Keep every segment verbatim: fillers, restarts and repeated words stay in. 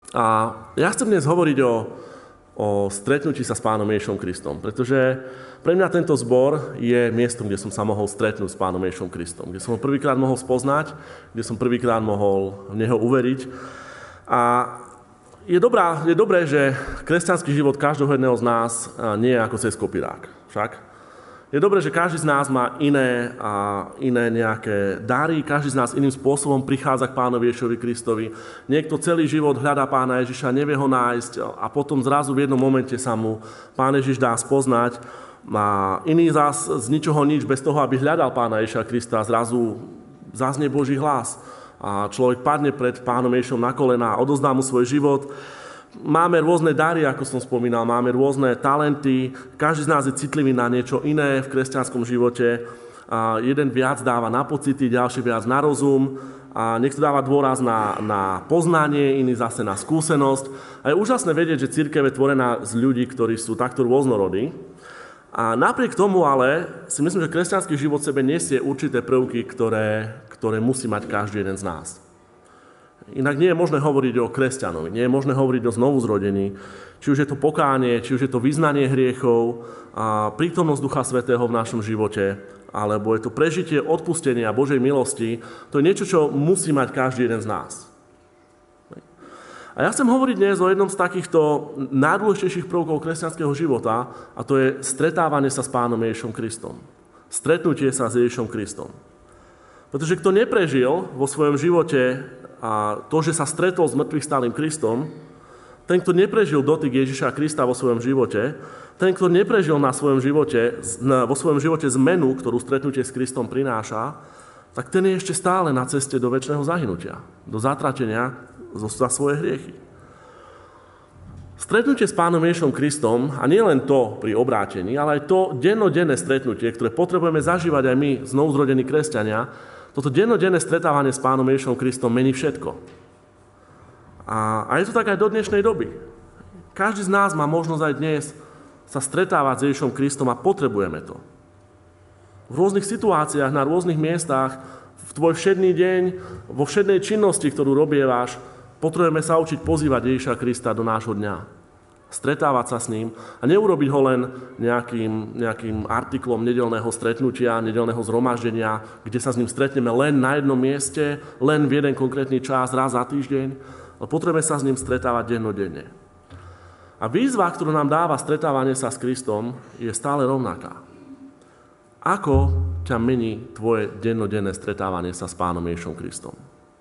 A ja chcem dnes hovoriť o, o stretnutí sa s Pánom Ježišom Kristom, pretože pre mňa tento zbor je miestom, kde som sa mohol stretnúť s Pánom Ježišom Kristom, kde som ho prvýkrát mohol spoznať, kde som prvýkrát mohol v Neho uveriť. A je, dobrá, je dobré, že kresťanský život každého jedného z nás nie je ako cez kopírák. Však? Je dobré, že každý z nás má iné a iné nejaké dary, každý z nás iným spôsobom prichádza k Pánovi Ježišovi Kristovi. Niekto celý život hľadá Pána Ježiša, nevie ho nájsť a potom zrazu v jednom momente sa mu Pán Ježiš dá spoznať. A iný zás z ničoho nič, bez toho, aby hľadal Pána Ježiša Krista, zrazu zaznie Boží hlas. A človek padne pred Pánom Ježišom na kolená a odozdá mu svoj život. Máme rôzne dary, ako som spomínal, máme rôzne talenty, každý z nás je citlivý na niečo iné v kresťanskom živote. A jeden viac dáva na pocity, ďalší viac na rozum, a niekto dáva dôraz na, na poznanie, iný zase na skúsenosť. A je úžasné vedieť, že cirkev je tvorená z ľudí, ktorí sú takto rôznorodí. A napriek tomu ale si myslím, že kresťanský život v sebe nesie určité prvky, ktoré, ktoré musí mať každý jeden z nás. Inak nie je možné hovoriť o kresťanovi, nie je možné hovoriť o znovuzrodení, či už je to pokánie, či už je to vyznanie hriechov, a prítomnosť Ducha Svätého v našom živote, alebo je to prežitie odpustenia Božej milosti. To je niečo, čo musí mať každý jeden z nás. A ja chcem hovoriť dnes o jednom z takýchto najdôležitejších prvkov kresťanského života, a to je stretávanie sa s Pánom Ježišom Kristom. Stretnutie sa s Ježišom Kristom. Pretože kto neprežil vo svojom živote a to, že sa stretol s mŕtvych stálym Kristom, ten, kto neprežil dotyk Ježiša Krista vo svojom živote, ten, kto neprežil na svojom živote, vo svojom živote zmenu, ktorú stretnutie s Kristom prináša, tak ten je ešte stále na ceste do večného zahynutia, do zatratenia za svoje hriechy. Stretnutie s Pánom Ježišom Kristom, a nie len to pri obrátení, ale aj to dennodenné stretnutie, ktoré potrebujeme zažívať aj my, znovuzrodení kresťania, toto dennodenné stretávanie s Pánom Ježišom Kristom mení všetko. A, a je to tak aj do dnešnej doby. Každý z nás má možnosť aj dnes sa stretávať s Ježišom Kristom a potrebujeme to. V rôznych situáciách, na rôznych miestach, v tvoj všedný deň, vo všednej činnosti, ktorú robievaš, potrebujeme sa učiť pozývať Ježiša Krista do nášho dňa. Stretávať sa s ním a neurobiť ho len nejakým, nejakým artiklom nedeľného stretnutia, nedeľného zhromaždenia, kde sa s ním stretneme len na jednom mieste, len v jeden konkrétny čas, raz za týždeň, ale potrebujeme sa s ním stretávať dennodenne. A výzva, ktorú nám dáva stretávanie sa s Kristom, je stále rovnaká. Ako ťa mení tvoje dennodenné stretávanie sa s Pánom Ježišom Kristom?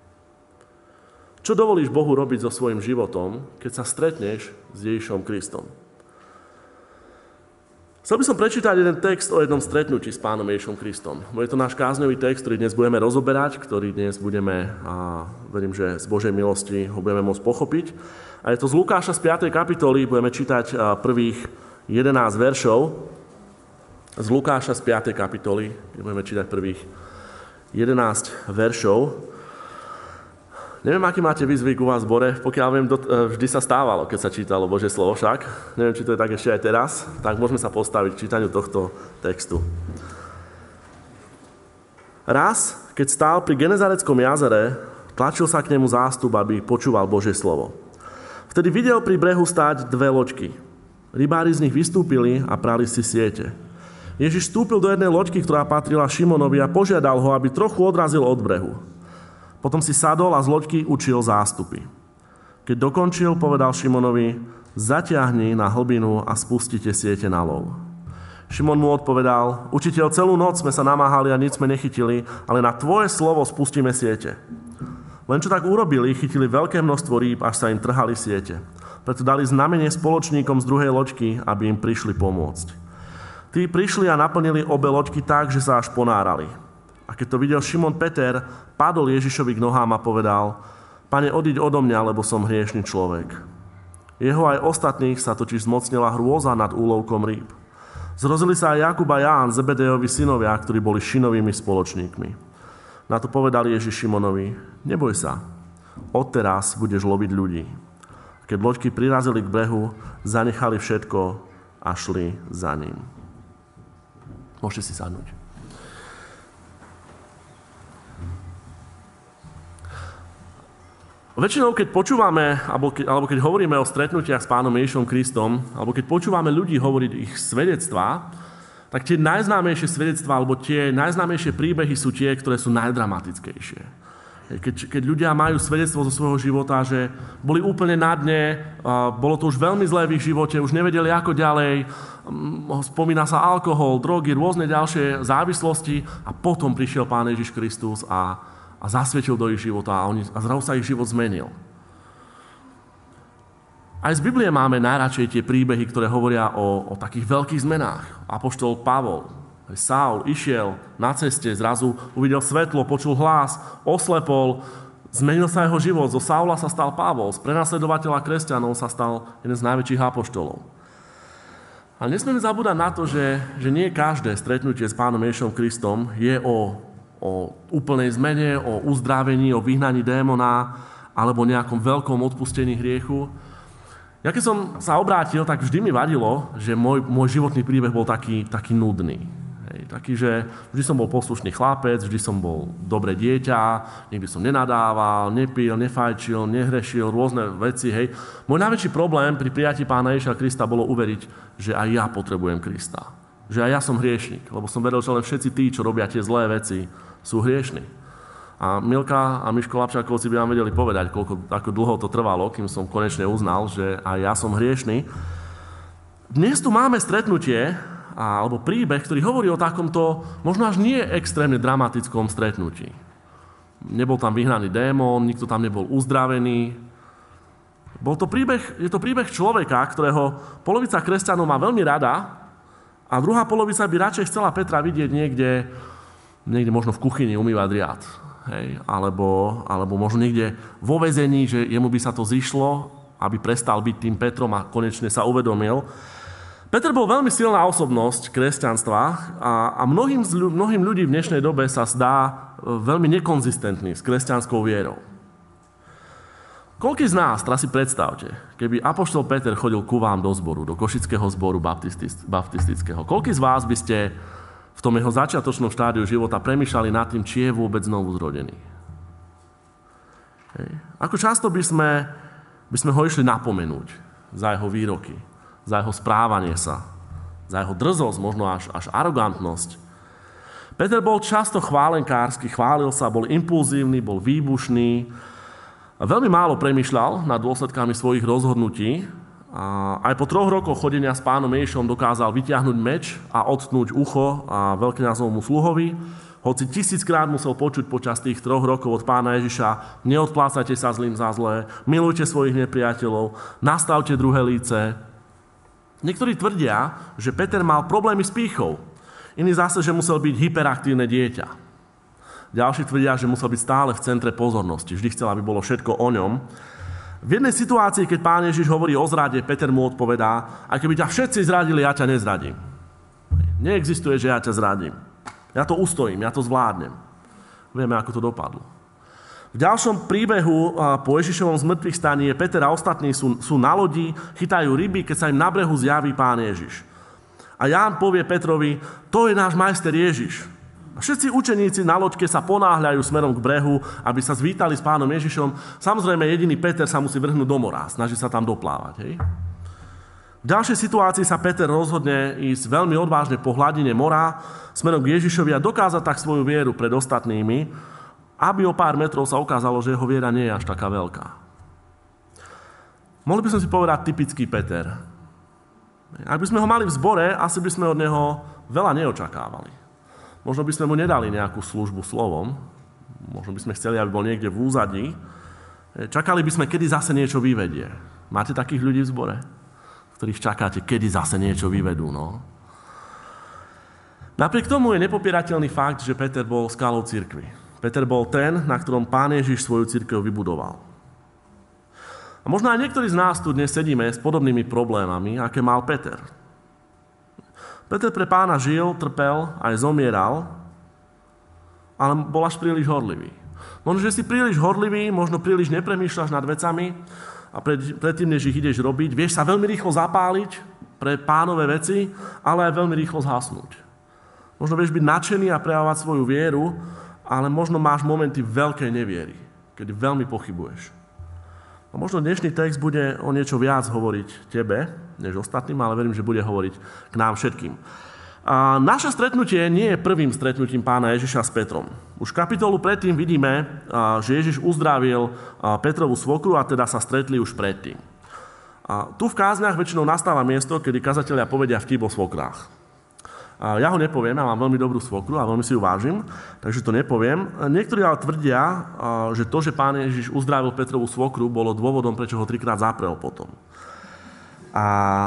Čo dovolíš Bohu robiť so svojím životom, keď sa stretneš s Ježišom Kristom? Chcel by som prečítať jeden text o jednom stretnutí s Pánom Ježišom Kristom. Bude to náš kázňový text, ktorý dnes budeme rozoberať, ktorý dnes budeme, a verím, že z Božej milosti ho budeme môcť pochopiť. A je to z Lukáša z piatej kapitoly, budeme čítať prvých jedenásť veršov. Z Lukáša z piatej kapitoly, budeme čítať prvých jedenásť veršov. Neviem, aký máte výzvyk u vás v zbore, pokiaľ viem, vždy sa stávalo, keď sa čítalo Božie slovo však. Neviem, či to je tak ešte aj teraz, tak môžeme sa postaviť k čítaniu tohto textu. Raz, keď stál pri Genezareckom jazere, tlačil sa k nemu zástup, aby počúval Božie slovo. Vtedy videl pri brehu stáť dve loďky. Rybári z nich vystúpili a prali si siete. Ježiš vstúpil do jednej loďky, ktorá patrila Šimonovi, a požiadal ho, aby trochu odrazil od brehu. Potom si sadol a z loďky učil zástupy. Keď dokončil, povedal Šimonovi: zatiahni na hlbinu a spustite siete na lov. Šimon mu odpovedal: Učiteľ, celú noc sme sa namáhali a nič sme nechytili, ale na tvoje slovo spustíme siete. Len čo tak urobili, chytili veľké množstvo rýb, až sa im trhali siete. Preto dali znamenie spoločníkom z druhej loďky, aby im prišli pomôcť. Tí prišli a naplnili obe loďky tak, že sa až ponárali. A keď to videl Šimon Peter, padol Ježišovi k nohám a povedal: Pane, odíď odo mňa, lebo som hriešny človek. Jeho aj ostatných sa totiž zmocnila hrôza nad úlovkom rýb. Zrozili sa aj Jakub a Ján, Zebedejovi synovia, ktorí boli Šinovými spoločníkmi. Na to povedal Ježiš Šimonovi: Neboj sa, odteraz budeš loviť ľudí. Keď loďky prirazili k brehu, zanechali všetko a šli za ním. Môžete si sadnúť. Väčšinou, keď počúvame, alebo keď, alebo keď hovoríme o stretnutiach s Pánom Ježišom Kristom, alebo keď počúvame ľudí hovoriť ich svedectvá, tak tie najznámejšie svedectvá, alebo tie najznámejšie príbehy sú tie, ktoré sú najdramatickejšie. Keď, keď ľudia majú svedectvo zo svojho života, že boli úplne na dne, bolo to už veľmi zlé v ich živote, už nevedeli ako ďalej, spomína sa alkohol, drogy, rôzne ďalšie závislosti a potom prišiel Pán Ježiš Kristus a a zasvietil do ich života a, oni, a zrazu sa ich život zmenil. Aj z Biblie máme najradšej tie príbehy, ktoré hovoria o, o takých veľkých zmenách. Apoštol Pavol, Saul išiel na ceste, zrazu uvidel svetlo, počul hlas, oslepol, zmenil sa jeho život. Zo Saula sa stal Pavol, z prenasledovateľa kresťanov sa stal jeden z najväčších apoštolov. Ale nesmieme zabúdať na to, že, že nie každé stretnutie s Pánom Ježišom Kristom je o o úplnej zmene, o uzdravení, o vyhnaní démona alebo nejakom veľkom odpustení hriechu. Ja keď som sa obrátil, tak vždy mi vadilo, že môj, môj životný príbeh bol taký, taký nudný. Hej, taký, že vždy som bol poslušný chlapec, vždy som bol dobré dieťa, nikdy som nenadával, nepil, nefajčil, nehrešil, rôzne veci. Hej. Môj najväčší problém pri prijatí Pána Ježiša Krista bolo uveriť, že aj ja potrebujem Krista. Že aj ja som hriešnik, lebo som veril, že len všetci tí, čo robia tie zlé veci, sú hriešni. A Milka a Miško Lapčákovci by vám vedeli povedať, koľko, ako dlho to trvalo, kým som konečne uznal, že aj ja som hriešny. Dnes tu máme stretnutie, alebo príbeh, ktorý hovorí o takomto, možno až nie extrémne dramatickom stretnutí. Nebol tam vyhnaný démon, nikto tam nebol uzdravený. Bol to príbeh, je to príbeh človeka, ktorého polovica kresťanov má veľmi rada a druhá polovica by radšej chcela Petra vidieť niekde, niekde možno v kuchyni umývať riad. Hej, alebo, alebo možno niekde vo väzení, že jemu by sa to zišlo, aby prestal byť tým Petrom a konečne sa uvedomil. Peter bol veľmi silná osobnosť kresťanstva a, a mnohým, mnohým ľudí v dnešnej dobe sa zdá veľmi nekonzistentný s kresťanskou vierou. Koľký z nás, teraz si predstavte, keby apoštol Peter chodil ku vám do zboru, do košického zboru baptistického, koľký z vás by ste v tom jeho začiatočnom štádiu života premýšľali nad tým, či je vôbec znovu zrodený. Hej. Ako často by sme, by sme ho išli napomenúť za jeho výroky, za jeho správanie sa, za jeho drzosť, možno až, až arogantnosť. Peter bol často chválenkársky, chválil sa, bol impulzívny, bol výbušný, veľmi málo premýšľal nad dôsledkami svojich rozhodnutí. A aj po troch rokoch chodenia s Pánom Ježišom dokázal vyťahnuť meč a odtnúť ucho a veľkňazovmu sluhovi. Hoci tisíckrát musel počuť počas tých troch rokov od Pána Ježiša: neodplácajte sa zlým za zlé, milujte svojich nepriateľov, nastavte druhé líce. Niektorí tvrdia, že Peter mal problémy s pýchou. Iní zase, že musel byť hyperaktívne dieťa. Ďalší tvrdia, že musel byť stále v centre pozornosti. Vždy chcel, aby bolo všetko o ňom. V jednej situácii, keď Pán Ježiš hovorí o zrade, Peter mu odpovedá: aj keby ťa všetci zradili, ja ťa nezradím. Neexistuje, že ja ťa zradím. Ja to ustojím, ja to zvládnem. Vieme, ako to dopadlo. V ďalšom príbehu po Ježišovom zmrtvých staní je Peter a ostatní sú, sú na lodi, chytajú ryby, keď sa im na brehu zjaví Pán Ježiš. A Ján povie Petrovi: to je náš majster Ježiš. A všetci učeníci na loďke sa ponáhľajú smerom k brehu, aby sa zvítali s Pánom Ježišom. Samozrejme, jediný Peter sa musí vrhnúť do mora, snaží sa tam doplávať. Hej? V ďalšej situácii sa Peter rozhodne ísť veľmi odvážne po hladine mora smerom k Ježišovi a dokázať tak svoju vieru pred ostatnými, aby o pár metrov sa ukázalo, že jeho viera nie je až taká veľká. Mohli by som si povedať typický Peter. Ak by sme ho mali v zbore, asi by sme od neho veľa neočakávali. Možno by sme mu nedali nejakú službu slovom, možno by sme chceli, aby bol niekde v úzadí. Čakali by sme, kedy zase niečo vyvedie. Máte takých ľudí v zbore, ktorých čakáte, kedy zase niečo vyvedú, no? Napriek tomu je nepopierateľný fakt, že Peter bol skalou cirkvi. Peter bol ten, na ktorom Pán Ježiš svoju cirkev vybudoval. A možno aj niektorí z nás tu dnes sedíme s podobnými problémami, aké mal Peter. Peter pre Pána žil, trpel, aj zomieral, ale bol až príliš horlivý. Možno, že si príliš horlivý, možno príliš nepremýšľaš nad vecami a pred, predtým, než ich ideš robiť, vieš sa veľmi rýchlo zapáliť pre Pánové veci, ale aj veľmi rýchlo zhasnúť. Možno vieš byť nadšený a prejavovať svoju vieru, ale možno máš momenty veľkej neviery, kedy veľmi pochybuješ. A možno dnešný text bude o niečo viac hovoriť tebe, než ostatným, ale verím, že bude hovoriť k nám všetkým. A naše stretnutie nie je prvým stretnutím pána Ježiša s Petrom. Už kapitolu predtým vidíme, že Ježiš uzdravil Petrovú svokru a teda sa stretli už predtým. A tu v kázniach väčšinou nastáva miesto, kedy kazatelia povedia vtip o svokrách. A ja ho nepoviem, ja mám veľmi dobrú svokru a veľmi si ju vážim, takže to nepoviem. Niektorí ale tvrdia, že to, že pán Ježiš uzdravil Petrovú svokru, bolo dôvodom, prečo ho trikrát zaprel potom. A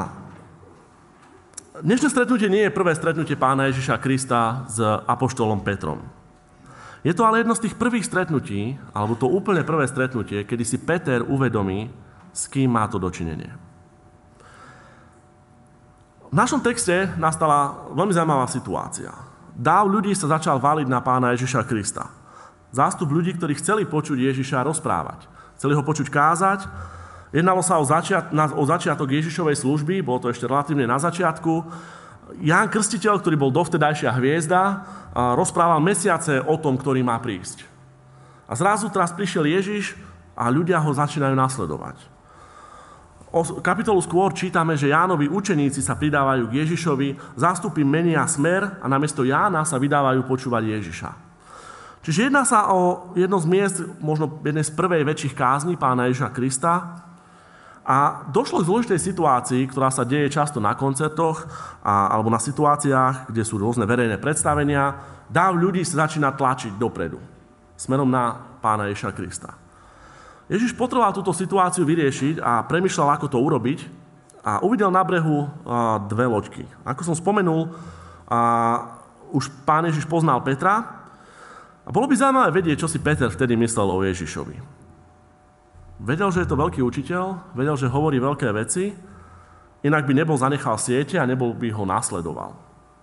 dnešné stretnutie nie je prvé stretnutie pána Ježiša Krista s apoštolom Petrom. Je to ale jedno z tých prvých stretnutí, alebo to úplne prvé stretnutie, kedy si Peter uvedomí, s kým má to dočinenie. V našom texte nastala veľmi zaujímavá situácia. Dáv ľudí sa začal váliť na pána Ježiša Krista. Zástup ľudí, ktorí chceli počuť Ježiša rozprávať. Chceli ho počuť kázať. Jednalo sa o, začiat, o začiatok Ježišovej služby, bolo to ešte relatívne na začiatku. Ján Krstiteľ, ktorý bol dovtedajšia hviezda, rozprával mesiace o tom, ktorý má prísť. A zrazu teraz prišiel Ježiš a ľudia ho začínajú nasledovať. O kapitolu skôr čítame, že Jánovi učeníci sa pridávajú k Ježišovi, zástupy menia smer a namiesto Jána sa vydávajú počúvať Ježiša. Čiže jedná sa o jedno z miest, možno jednej z prvej väčších kázní pána Ježiša Krista a došlo k zložitej situácii, ktorá sa deje často na koncertoch a, alebo na situáciách, kde sú rôzne verejné predstavenia. Dáv ľudí sa začína tlačiť dopredu, smerom na pána Ježiša Krista. Ježiš potreboval túto situáciu vyriešiť a premýšľal, ako to urobiť a uvidel na brehu dve loďky. Ako som spomenul, už pán Ježiš poznal Petra a bolo by zaujímavé vedieť, čo si Peter vtedy myslel o Ježišovi. Vedel, že je to veľký učiteľ, vedel, že hovorí veľké veci, inak by nebol zanechal siete a nebol by ho nasledoval.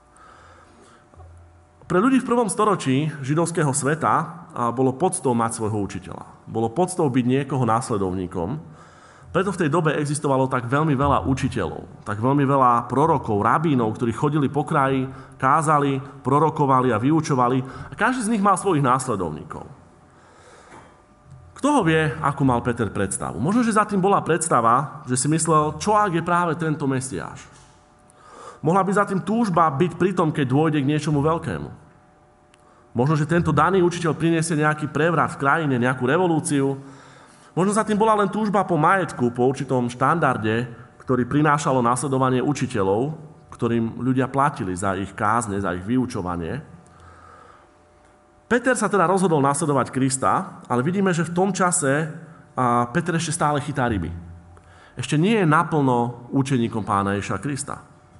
Pre ľudí v prvom storočí židovského sveta bolo podstou mať svojho učiteľa. Bolo podstou byť niekoho následovníkom. Preto v tej dobe existovalo tak veľmi veľa učiteľov, tak veľmi veľa prorokov, rabínov, ktorí chodili po kraji, kázali, prorokovali a vyučovali a každý z nich mal svojich následovníkov. Kto ho vie, akú mal Peter predstavu? Možno, že za tým bola predstava, že si myslel, čo ak je práve tento Mesiáš. Mohla by za tým túžba byť pri tom, keď dôjde k niečomu veľkému. Možno, že tento daný učiteľ priniesie nejaký prevrat v krajine, nejakú revolúciu. Možno za tým bola len túžba po majetku, po určitom štandarde, ktorý prinášalo nasledovanie učiteľov, ktorým ľudia platili za ich kázne, za ich vyučovanie. Peter sa teda rozhodol nasledovať Krista, ale vidíme, že v tom čase Peter ešte stále chytá ryby. Ešte nie je naplno učeníkom pána Ježiša Krista.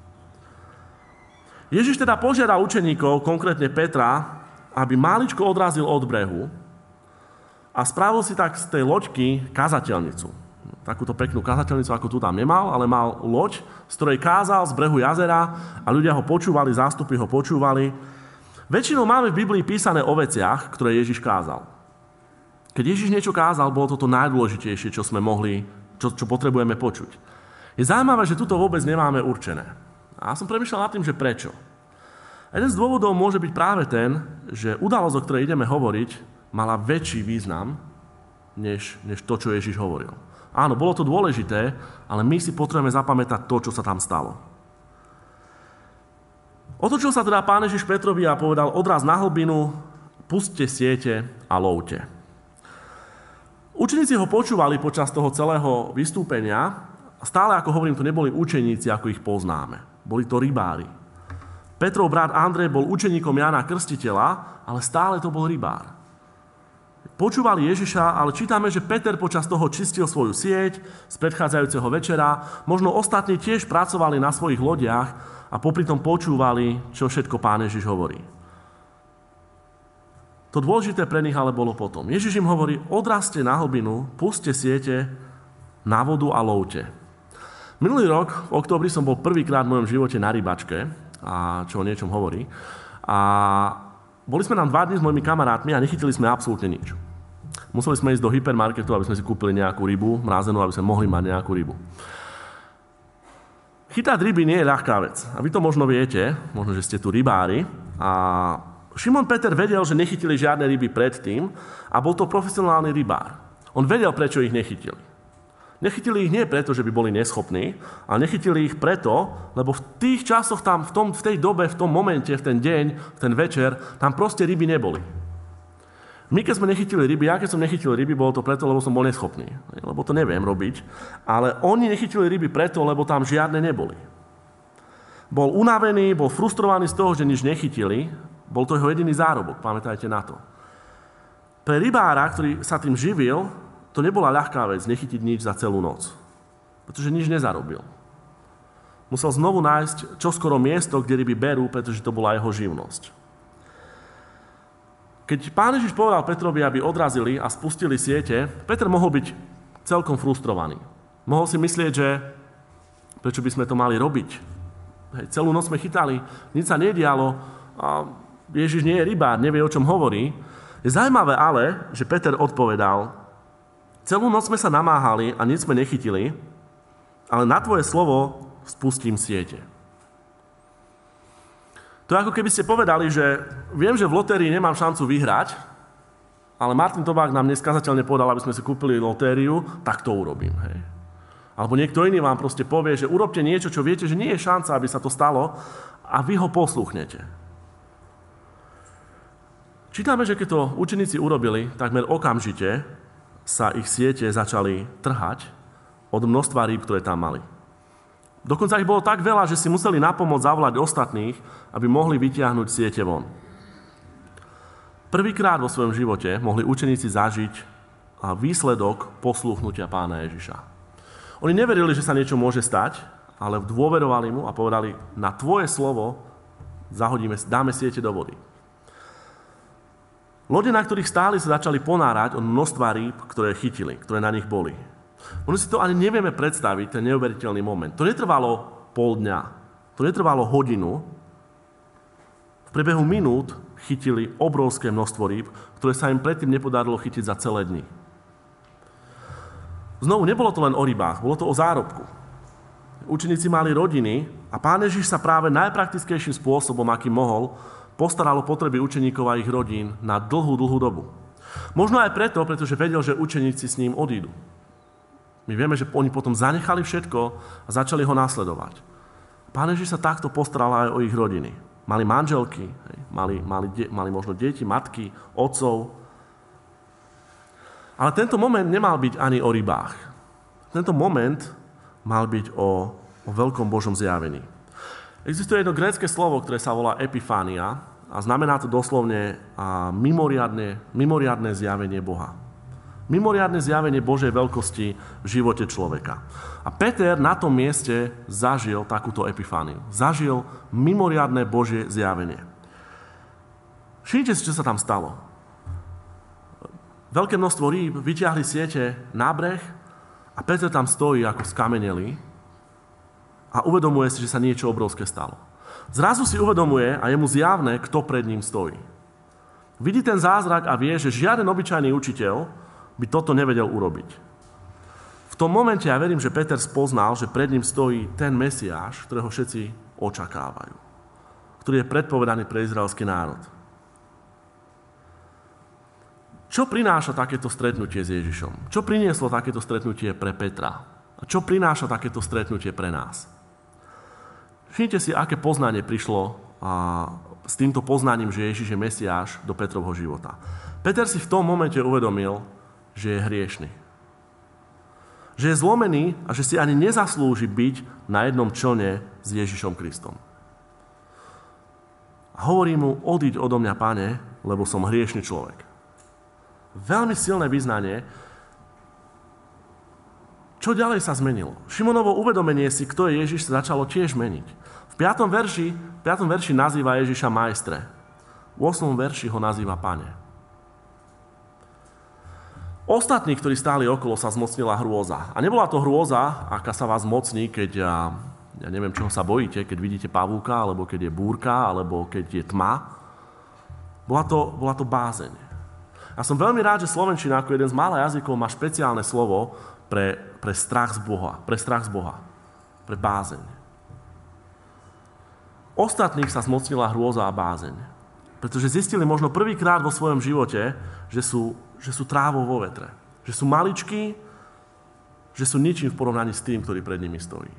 Ježiš teda požiadal učeníkov, konkrétne Petra, aby máličko odrazil od brehu a spravil si tak z tej loďky kazateľnicu. Takúto peknú kazateľnicu, ako tu tam nemal, ale mal loď, z ktorej kázal z brehu jazera a ľudia ho počúvali, zástupy ho počúvali. Väčšinou máme v Biblii písané o veciach, ktoré Ježiš kázal. Keď Ježiš niečo kázal, bolo to to najdôležitejšie, čo sme mohli, čo, čo potrebujeme počuť. Je zaujímavé, že tuto vôbec nemáme určené. A ja som premýšľal nad tým, že prečo. A jeden z dôvodov môže byť práve ten, že udalosť, o ktorej ideme hovoriť, mala väčší význam, než, než to, čo Ježiš hovoril. Áno, bolo to dôležité, ale my si potrebujeme zapamätať to, čo sa tam stalo. Otočil sa teda pán Ježiš Petrovi a povedal, odraz na hlbinu, pusťte siete a lovte. Učeníci ho počúvali počas toho celého vystúpenia. Stále, ako hovorím, to neboli učeníci, ako ich poznáme. Boli to rybári. Petrov brat Andrej bol učeníkom Jána Krstiteľa, ale stále to bol rybár. Počúvali Ježiša, ale čítame, že Peter počas toho čistil svoju sieť z predchádzajúceho večera. Možno ostatní tiež pracovali na svojich lodiach a popri tom počúvali, čo všetko pán Ježiš hovorí. To dôležité pre nich ale bolo potom. Ježiš im hovorí, odrazte na hlbinu, puste siete na vodu a lovte. Minulý rok, v októbri, som bol prvýkrát v mojom živote na rybačke, a čo o niečom hovorí. A boli sme tam dva dni s mojimi kamarátmi a nechytili sme absolútne nič. Museli sme ísť do hypermarketu, aby sme si kúpili nejakú rybu, mrazenú, aby sme mohli mať nejakú rybu. Chytať ryby nie je ľahká vec. A vy to možno viete, možno, že ste tu rybári. A Šimon Peter vedel, že nechytili žiadne ryby predtým a bol to profesionálny rybár. On vedel, prečo ich nechytili. Nechytili ich nie preto, že by boli neschopní, ale nechytili ich preto, lebo v tých časoch tam, v, tom, v tej dobe, v tom momente, v ten deň, v ten večer, tam proste ryby neboli. My, keď sme nechytili ryby, ja keď som nechytil ryby, bolo to preto, lebo som bol neschopný. Lebo to neviem robiť. Ale oni nechytili ryby preto, lebo tam žiadne neboli. Bol unavený, bol frustrovaný z toho, že nič nechytili. Bol to jeho jediný zárobok, pamätajte na to. Pre rybára, ktorý sa tým živil, to nebola ľahká vec nechytiť nič za celú noc. Pretože nič nezarobil. Musel znovu nájsť čoskoro miesto, kde ryby berú, pretože to bola jeho živnosť. Keď Pán Ježiš povedal Petrovi, aby odrazili a spustili siete, Peter mohol byť celkom frustrovaný. Mohol si myslieť, že prečo by sme to mali robiť. Hej, celú noc sme chytali, nič sa nedialo a Ježiš nie je rybár, nevie, o čom hovorí. Je zaujímavé ale, že Peter odpovedal, celú noc sme sa namáhali a nič sme nechytili, ale na tvoje slovo spustím siete. To je ako keby ste povedali, že viem, že v lotérii nemám šancu vyhrať, ale Martin Tobák nám dnes kazateľne povedal, aby sme si kúpili lotériu, tak to urobím. Hej. Alebo niekto iný vám proste povie, že urobte niečo, čo viete, že nie je šanca, aby sa to stalo a vy ho posluchnete. Čítame, že keď to učeníci urobili, takmer okamžite sa ich siete začali trhať od množstva rýb, ktoré tam mali. Dokonca ich bolo tak veľa, že si museli na pomoc zavolať ostatných, aby mohli vytiahnuť siete von. Prvýkrát vo svojom živote mohli učeníci zažiť výsledok posluchnutia Pána Ježiša. Oni neverili, že sa niečo môže stať, ale dôverovali mu a povedali, na tvoje slovo zahodíme, dáme siete do vody. Lode, na ktorých stáli, sa začali ponárať od množstva rýb, ktoré chytili, ktoré na nich boli. Možno si to ani nevieme predstaviť, ten neuveriteľný moment. To netrvalo pol dňa, to netrvalo hodinu. V priebehu minút chytili obrovské množstvo rýb, ktoré sa im predtým nepodarilo chytiť za celé dni. Znovu, nebolo to len o rybách, bolo to o zárobku. Učeníci mali rodiny a Pán Ježiš sa práve najpraktickejším spôsobom, aký mohol, postaral o potreby učeníkov a ich rodín na dlhú, dlhú dobu. Možno aj preto, pretože vedel, že učeníci s ním odídu. My vieme, že oni potom zanechali všetko a začali ho nasledovať. Pán Ježiš sa takto postaral aj o ich rodiny. Mali manželky, hej, mali, mali, de, mali možno deti, matky, otcov. Ale tento moment nemal byť ani o rybách. Tento moment mal byť o, o veľkom Božom zjavení. Existuje jedno grécke slovo, ktoré sa volá epifánia a znamená to doslovne a, mimoriadne, mimoriadne zjavenie Boha. Mimoriadne zjavenie Božej veľkosti v živote človeka. A Peter na tom mieste zažil takúto epifániu. Zažil mimoriadne Božie zjavenie. Všimnite si, čo sa tam stalo. Veľké množstvo rýb vyťahli siete na breh a Peter tam stojí ako skamenelý a uvedomuje si, že sa niečo obrovské stalo. Zrazu si uvedomuje a je mu zjavné, kto pred ním stojí. Vidí ten zázrak a vie, že žiaden obyčajný učiteľ by toto nevedel urobiť. V tom momente ja verím, že Peter spoznal, že pred ním stojí ten Mesiáš, ktorého všetci očakávajú. Ktorý je predpovedaný pre izraelský národ. Čo prináša takéto stretnutie s Ježišom? Čo prinieslo takéto stretnutie pre Petra? A čo prináša takéto stretnutie pre nás? Všimnite si, aké poznanie prišlo a, s týmto poznaním, že Ježiš je Mesiáš do Petrovho života. Peter si v tom momente uvedomil, že je hriešny. Že je zlomený a že si ani nezaslúži byť na jednom člne s Ježišom Kristom. A hovorí mu, odíď odo mňa, Pane, lebo som hriešny človek. Veľmi silné vyznanie. Čo ďalej sa zmenilo? Šimonovo uvedomenie si, kto je Ježiš, sa začalo tiež meniť. V piatom verši, v piatom verši nazýva Ježiša majstre. V ôsmom verši ho nazýva Pane. Ostatní, ktorí stáli okolo, sa zmocnila hrôza. A nebola to hrôza, aká sa vás mocní, keď, ja neviem, čoho sa bojíte, keď vidíte pavúka, alebo keď je búrka, alebo keď je tma. Bola to, bola to bázeň. Ja som veľmi rád, že slovenčina ako jeden z mála jazykov má špeciálne slovo pre, pre strach z Boha, pre strach z Boha, pre bázeň. Ostatných sa zmocnila hrôza a bázeň, pretože zistili možno prvýkrát vo svojom živote, že sú, že sú trávou vo vetre, že sú maličkí že sú ničím v porovnaní s tým, ktorý pred nimi stojí.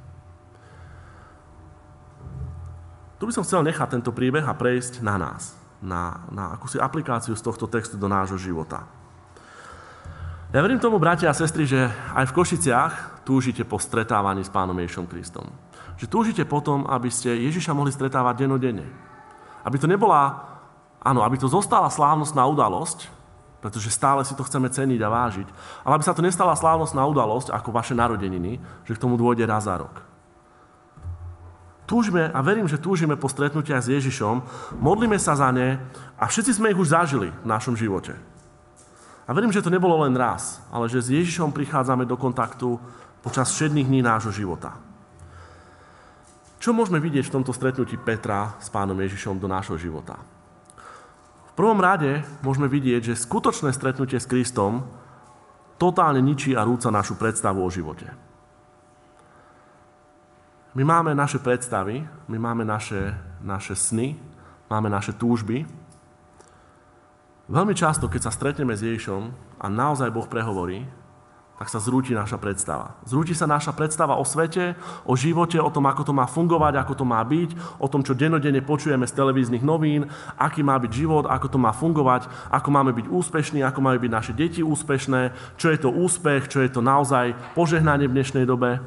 Tu by som chcel nechať tento príbeh a prejsť na nás, na, na akúsi aplikáciu z tohto textu do nášho života. Ja verím tomu, bratia a sestry, že aj v Košiciach túžite po stretávaní s Pánom Ježišom Kristom. Že túžite potom, aby ste Ježiša mohli stretávať dennodenne. Aby to nebola, áno, aby to zostala slávnostná udalosť, pretože stále si to chceme ceniť a vážiť, ale aby sa to nestala slávnostná udalosť, ako vaše narodeniny, že k tomu dôjde raz za rok. Túžime, a verím, že túžime po stretnutiach s Ježišom, modlíme sa za ne a všetci sme ich už zažili v našom živote. A verím, že to nebolo len raz, ale že s Ježišom prichádzame do kontaktu počas všetných dní nášho života. Čo môžeme vidieť v tomto stretnutí Petra s Pánom Ježišom do nášho života? V prvom rade môžeme vidieť, že skutočné stretnutie s Kristom totálne ničí a rúca našu predstavu o živote. My máme naše predstavy, my máme naše, naše sny, máme naše túžby. Veľmi často, keď sa stretneme s Ježišom a naozaj Boh prehovorí, tak sa zrúti naša predstava. Zrúti sa naša predstava o svete, o živote, o tom, ako to má fungovať, ako to má byť, o tom, čo dennodenne počujeme z televíznych novín, aký má byť život, ako to má fungovať, ako máme byť úspešní, ako majú byť naše deti úspešné, čo je to úspech, čo je to naozaj požehnanie v dnešnej dobe.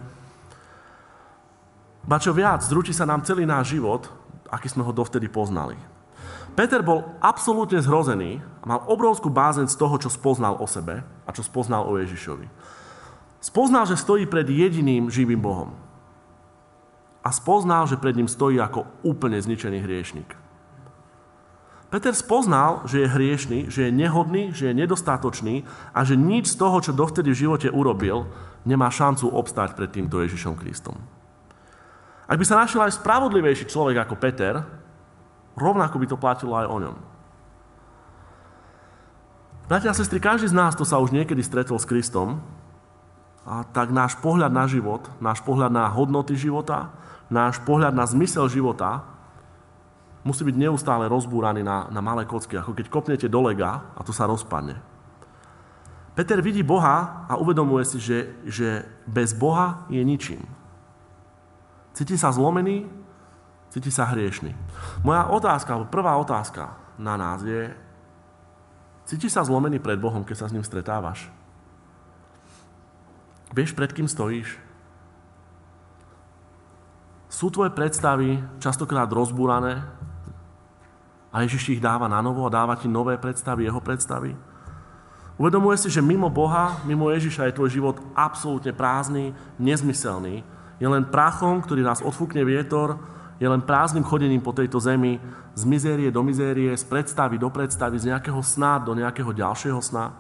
Ba čo viac, zrúti sa nám celý náš život, aký sme ho dovtedy poznali. Peter bol absolútne zhrozený a mal obrovskú bázeň z toho, čo spoznal o sebe a čo spoznal o Ježišovi. Spoznal, že stojí pred jediným živým Bohom. A spoznal, že pred ním stojí ako úplne zničený hriešnik. Peter spoznal, že je hriešný, že je nehodný, že je nedostatočný a že nič z toho, čo dovtedy v živote urobil, nemá šancu obstáť pred týmto Ježišom Kristom. Ak by sa našiel aj spravodlivejší človek ako Peter, rovnako by to platilo aj o ňom. Bratia a sestry, každý z nás, kto sa už niekedy stretol s Kristom, a tak náš pohľad na život, náš pohľad na hodnoty života, náš pohľad na zmysel života musí byť neustále rozbúraný na, na malé kocky, ako keď kopnete do lega a to sa rozpadne. Peter vidí Boha a uvedomuje si, že, že bez Boha je ničím. Cíti sa zlomený, cíti sa hriešný. Moja otázka, alebo prvá otázka na nás je, cítiš sa zlomený pred Bohom, keď sa s ním stretávaš? Vieš, pred kým stojíš? Sú tvoje predstavy častokrát rozbúrané a Ježiš ich dáva na novo a dáva ti nové predstavy, jeho predstavy? Uvedomuje si, že mimo Boha, mimo Ježiša je tvoj život absolútne prázdny, nezmyselný. Je len prachom, ktorý nás odfúkne vietor, je len prázdnym chodením po tejto zemi, z mizérie do mizérie, z predstavy do predstavy, z nejakého sna do nejakého ďalšieho sna.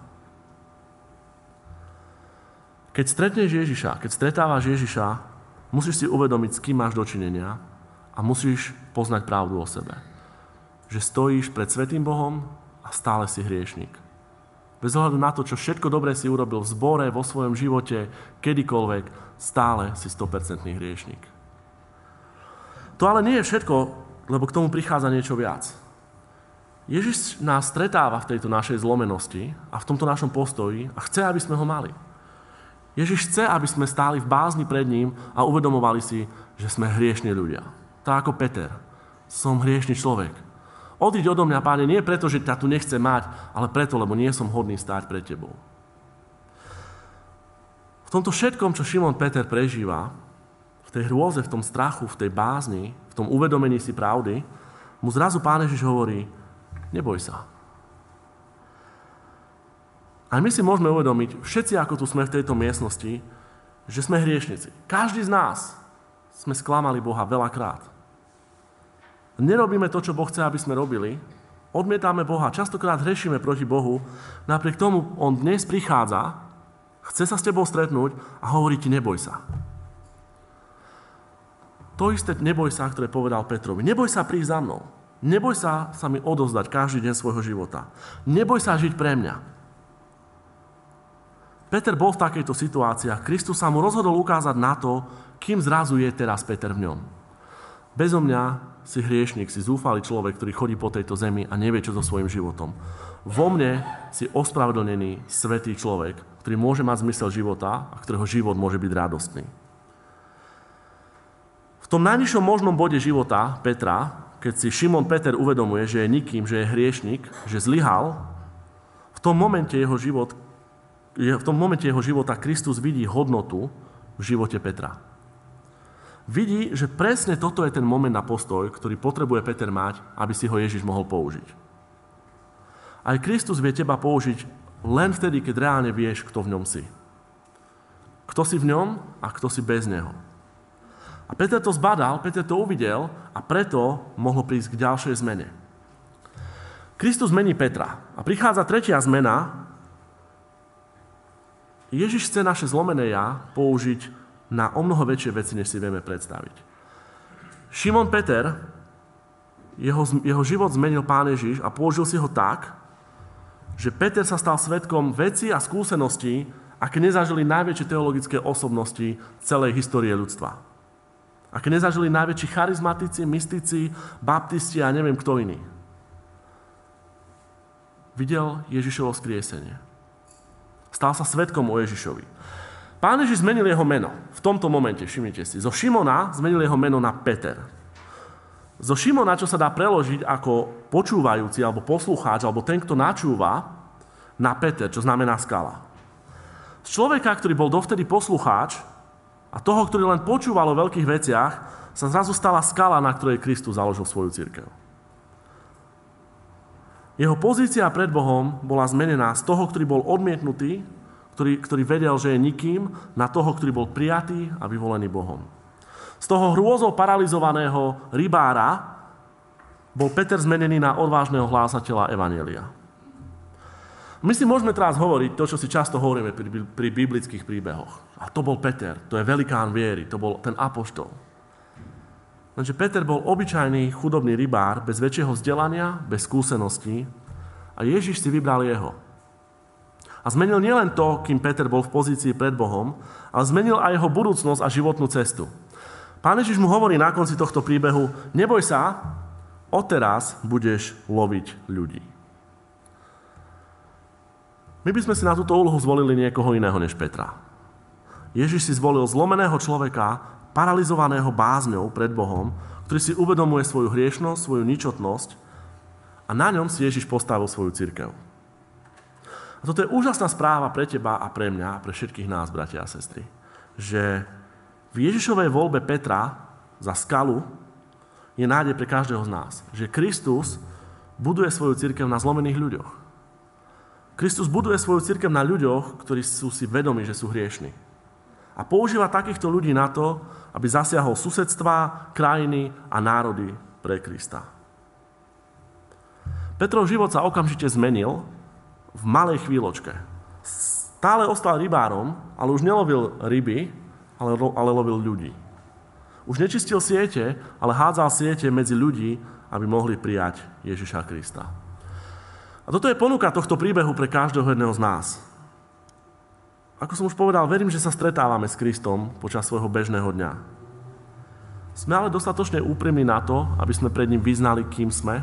Keď stretneš Ježiša, keď stretávaš Ježiša, musíš si uvedomiť, s kým máš dočinenia a musíš poznať pravdu o sebe. Že stojíš pred svätým Bohom a stále si hriešnik. Bez ohľadu na to, čo všetko dobré si urobil v zbore, vo svojom živote, kedykoľvek, stále si sto percent hriešnik. To ale nie je všetko, lebo k tomu prichádza niečo viac. Ježiš nás stretáva v tejto našej zlomenosti a v tomto našom postoji a chce, aby sme ho mali. Ježiš chce, aby sme stáli v bázni pred ním a uvedomovali si, že sme hriešni ľudia. Tak ako Peter. Som hriešný človek. Odíď odo mňa, Páne, nie preto, že ťa tu nechcem mať, ale preto, lebo nie som hodný stáť pred tebou. V tomto všetkom, čo Šimon Peter prežíva, v tej hrôze, v tom strachu, v tej bázni, v tom uvedomení si pravdy, mu zrazu Pán Ježiš hovorí, neboj sa. A my si môžeme uvedomiť, všetci, ako tu sme v tejto miestnosti, že sme hriešnici. Každý z nás sme sklamali Boha veľakrát. Nerobíme to, čo Boh chce, aby sme robili. Odmietame Boha. Častokrát hrešíme proti Bohu. Napriek tomu on dnes prichádza, chce sa s tebou stretnúť a hovorí ti, neboj sa. To isté neboj sa, ktoré povedal Petrovi. Neboj sa prísť za mnou. Neboj sa sa mi odovzdať každý deň svojho života. Neboj sa žiť pre mňa. Peter bol v takejto situácii a Kristus sa mu rozhodol ukázať na to, kým zrazu je teraz Peter v ňom. Bezo mňa si hriešnik, si zúfalý človek, ktorý chodí po tejto zemi a nevie, čo so svojím životom. Vo mne si ospravedlnený svätý človek, ktorý môže mať zmysel života a ktorého život môže byť radostný. V tom najnižšom možnom bode života Petra, keď si Šimon Peter uvedomuje, že je nikým, že je hriešnik, že zlyhal, v tom momente jeho život, v tom momente jeho života Kristus vidí hodnotu v živote Petra. Vidí, že presne toto je ten moment na postoj, ktorý potrebuje Peter mať, aby si ho Ježiš mohol použiť. Aj Kristus vie teba použiť len vtedy, keď reálne vieš, kto v ňom si. Kto si v ňom a kto si bez neho. A Peter to zbadal, Peter to uvidel a preto mohlo prísť k ďalšej zmene. Kristus mení Petra a prichádza tretia zmena. Ježiš chce naše zlomené ja použiť na omnoho väčšie veci, než si vieme predstaviť. Šimon Peter, jeho, jeho život zmenil Pán Ježiš a použil si ho tak, že Peter sa stal svedkom veci a skúseností, aké nezažili najväčšie teologické osobnosti celej histórie ľudstva. Aké nezažili najväčší charizmatici, mystici, baptisti a neviem kto iný. Videl Ježišovo skriesenie. Stal sa svedkom o Ježišovi. Pán Ježiš zmenil jeho meno. V tomto momente, všimnite si, zo Šimona zmenil jeho meno na Peter. Zo Šimona, čo sa dá preložiť ako počúvajúci, alebo poslucháč, alebo ten, kto načúva, na Peter, čo znamená skala. Z človeka, ktorý bol dovtedy poslucháč, a toho, ktorý len počúval o veľkých veciach, sa zrazu stala skala, na ktorej Kristus založil svoju cirkev. Jeho pozícia pred Bohom bola zmenená z toho, ktorý bol odmietnutý, ktorý, ktorý vedel, že je nikým, na toho, ktorý bol prijatý a vyvolený Bohom. Z toho hrôzou paralizovaného rybára bol Peter zmenený na odvážneho hlásateľa evanjelia. My si môžeme teraz hovoriť to, čo si často hovoríme pri, pri biblických príbehoch. A to bol Peter, to je velikán viery, to bol ten apoštol. Lenže Peter bol obyčajný chudobný rybár, bez väčšieho vzdelania, bez skúseností a Ježiš si vybral jeho. A zmenil nielen to, kým Peter bol v pozícii pred Bohom, ale zmenil aj jeho budúcnosť a životnú cestu. Pán Ježiš mu hovorí na konci tohto príbehu, neboj sa, odteraz budeš loviť ľudí. My by sme si na túto úlohu zvolili niekoho iného než Petra. Ježiš si zvolil zlomeného človeka, paralizovaného bázňou pred Bohom, ktorý si uvedomuje svoju hriešnosť, svoju ničotnosť a na ňom si Ježiš postavil svoju cirkev. A toto je úžasná správa pre teba a pre mňa a pre všetkých nás, bratia a sestry, že v Ježišovej voľbe Petra za skalu je nádej pre každého z nás. Že Kristus buduje svoju cirkev na zlomených ľuďoch. Kristus buduje svoju cirkev na ľuďoch, ktorí sú si vedomí, že sú hriešni. A používa takýchto ľudí na to, aby zasiahol susedstva, krajiny a národy pre Krista. Petrov život sa okamžite zmenil v malej chvíľočke. Stále ostal rybárom, ale už nelovil ryby, ale, ale lovil ľudí. Už nečistil siete, ale hádzal siete medzi ľudí, aby mohli prijať Ježiša Krista. A toto je ponuka tohto príbehu pre každého jedného z nás. Ako som už povedal, verím, že sa stretávame s Kristom počas svojho bežného dňa. Sme ale dostatočne úprimní na to, aby sme pred ním vyznali, kým sme.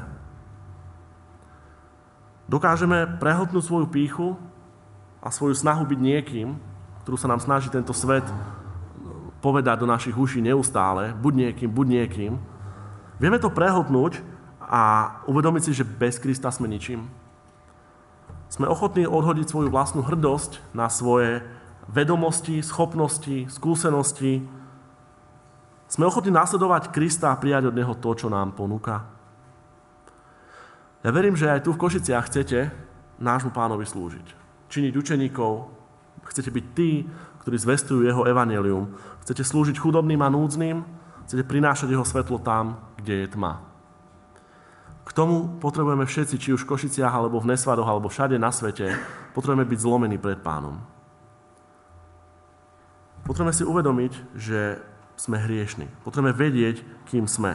Dokážeme prehltnúť svoju pýchu a svoju snahu byť niekým, ktorú sa nám snaží tento svet povedať do našich uší neustále, buď niekým, buď niekým. Vieme to prehltnúť a uvedomiť si, že bez Krista sme ničím. Sme ochotní odhodiť svoju vlastnú hrdosť na svoje vedomosti, schopnosti, skúsenosti. Sme ochotní nasledovať Krista a prijať od Neho to, čo nám ponúka. Ja verím, že aj tu v Košiciach chcete nášmu Pánovi slúžiť. Činiť učeníkov, chcete byť tí, ktorí zvestujú Jeho evanjelium. Chcete slúžiť chudobným a núdznym, chcete prinášať Jeho svetlo tam, kde je tma. K tomu potrebujeme všetci, či už v Košiciach, alebo v Nesvadoch, alebo všade na svete, potrebujeme byť zlomení pred Pánom. Potrebujeme si uvedomiť, že sme hriešni. Potrebujeme vedieť, kým sme.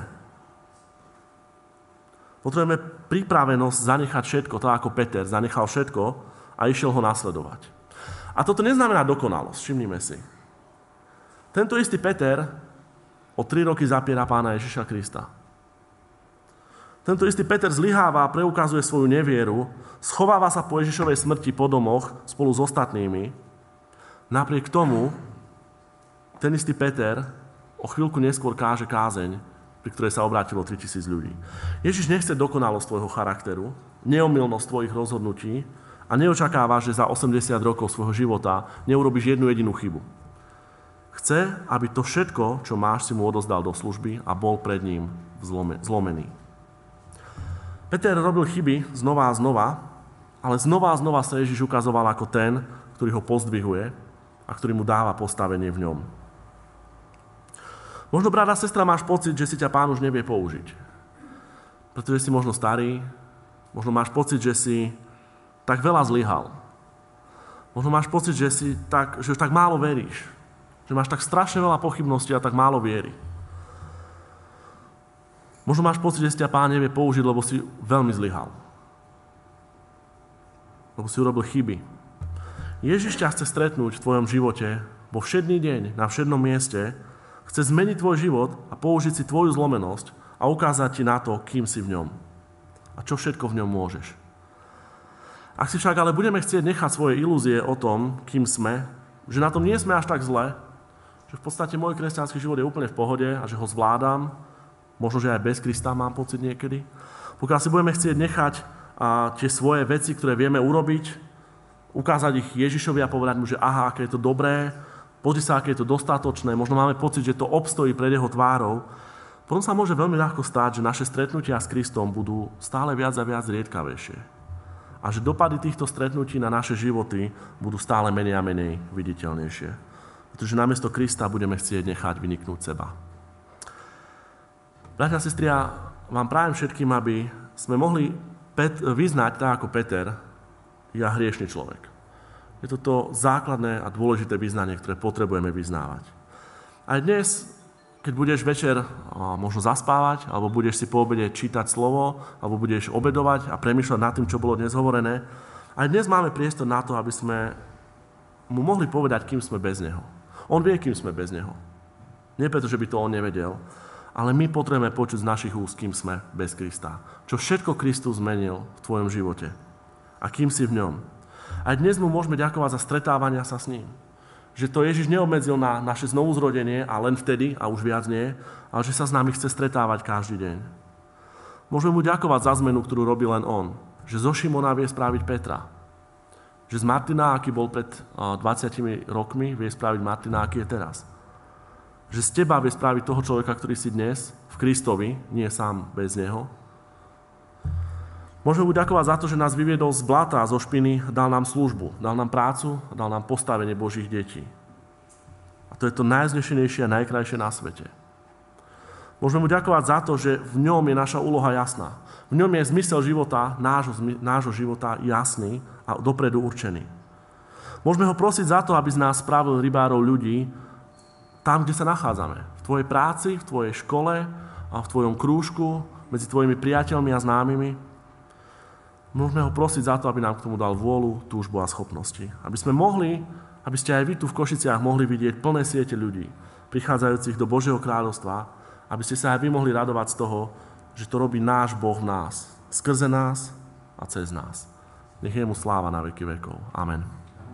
Potrebujeme pripravenosť zanechať všetko, tak ako Peter zanechal všetko a išiel ho nasledovať. A toto neznamená dokonalosť, všimnime si. Tento istý Peter o tri roky zapiera Pána Ježiša Krista. Tento istý Peter zlyháva a preukazuje svoju nevieru, schováva sa po Ježišovej smrti po domoch spolu s ostatnými. Napriek tomu ten istý Peter o chvíľku neskôr káže kázeň, pri ktorej sa obrátilo tritisíc ľudí. Ježiš nechce dokonalosť tvojho charakteru, neomylnosť tvojich rozhodnutí a neočakáva, že za osemdesiat rokov svojho života neurobíš jednu jedinú chybu. Chce, aby to všetko, čo máš, si mu odozdal do služby a bol pred ním zlomený. Peter robil chyby znova a znova, ale znova a znova sa Ježiš ukazoval ako ten, ktorý ho pozdvihuje a ktorý mu dáva postavenie v ňom. Možno, brat a sestra, máš pocit, že si ťa Pán už nevie použiť. Pretože si možno starý, možno máš pocit, že si tak veľa zlyhal. Možno máš pocit, že si tak, že už tak málo veríš. Že máš tak strašne veľa pochybností a tak málo viery. Možno máš pocit, že si ťa Pán nevie použiť, lebo si veľmi zlyhal. Lebo si urobil chyby. Ježiš ťa chce stretnúť v tvojom živote vo všedný deň, na všednom mieste, chce zmeniť tvoj život a použiť si tvoju zlomenosť a ukázať ti na to, kým si v ňom. A čo všetko v ňom môžeš. Ak si však ale budeme chcieť nechať svoje ilúzie o tom, kým sme, že na tom nie sme až tak zle, že v podstate môj kresťanský život je úplne v pohode a že ho zvládam, možno, že aj bez Krista mám pocit niekedy. Pokiaľ si budeme chcieť nechať a, tie svoje veci, ktoré vieme urobiť, ukázať ich Ježišovi a povedať mu, že aha, aké je to dobré, pozri sa, aké je to dostatočné, možno máme pocit, že to obstojí pred jeho tvárou, potom sa môže veľmi ľahko stáť, že naše stretnutia s Kristom budú stále viac a viac riedkavejšie. A že dopady týchto stretnutí na naše životy budú stále menej a menej viditeľnejšie. Pretože namiesto Krista budeme chcieť nechať vyniknúť seba. Bratia a sestri, ja vám prajem všetkým, aby sme mohli Pet- vyznať tak ako Peter, ja hriešný človek. Je to to základné a dôležité vyznanie, ktoré potrebujeme vyznávať. Aj dnes, keď budeš večer možno zaspávať, alebo budeš si po obede čítať slovo, alebo budeš obedovať a premýšľať nad tým, čo bolo dnes hovorené, aj dnes máme priestor na to, aby sme mu mohli povedať, kým sme bez neho. On vie, kým sme bez neho. Nie preto, že by to on nevedel, ale my potrebujeme počuť z našich úst, kým sme bez Krista. Čo všetko Kristus zmenil v tvojom živote. A kým si v ňom. Aj dnes mu môžeme ďakovať za stretávania sa s ním. Že to Ježiš neobmedzil na naše znovuzrodenie a len vtedy, a už viac nie, ale že sa s nami chce stretávať každý deň. Môžeme mu ďakovať za zmenu, ktorú robí len on. Že zo Šimona vie spraviť Petra. Že z Martina, aký bol pred dvadsiatimi rokmi, vie spraviť Martina, aký je teraz. Že z teba vie spraviť toho človeka, ktorý si dnes v Kristovi, nie sám bez neho. Môžeme mu ďakovať za to, že nás vyviedol z blata a zo špiny, dal nám službu, dal nám prácu, dal nám postavenie Božích detí. A to je to najznešenejšie a najkrajšie na svete. Môžeme mu ďakovať za to, že v ňom je naša úloha jasná. V ňom je zmysel života, nášho, nášho života jasný a dopredu určený. Môžeme ho prosiť za to, aby z nás spravil rybárov ľudí, tam, kde sa nachádzame. V tvojej práci, v tvojej škole, a v tvojom krúžku, medzi tvojimi priateľmi a známymi. Môžeme ho prosiť za to, aby nám k tomu dal vôľu, túžbu a schopnosti. Aby sme mohli, aby ste aj vy tu v Košiciach mohli vidieť plné siete ľudí, prichádzajúcich do Božieho kráľovstva, aby ste sa aj vy mohli radovať z toho, že to robí náš Boh v nás, skrze nás a cez nás. Nech je mu sláva na veky vekov. Amen.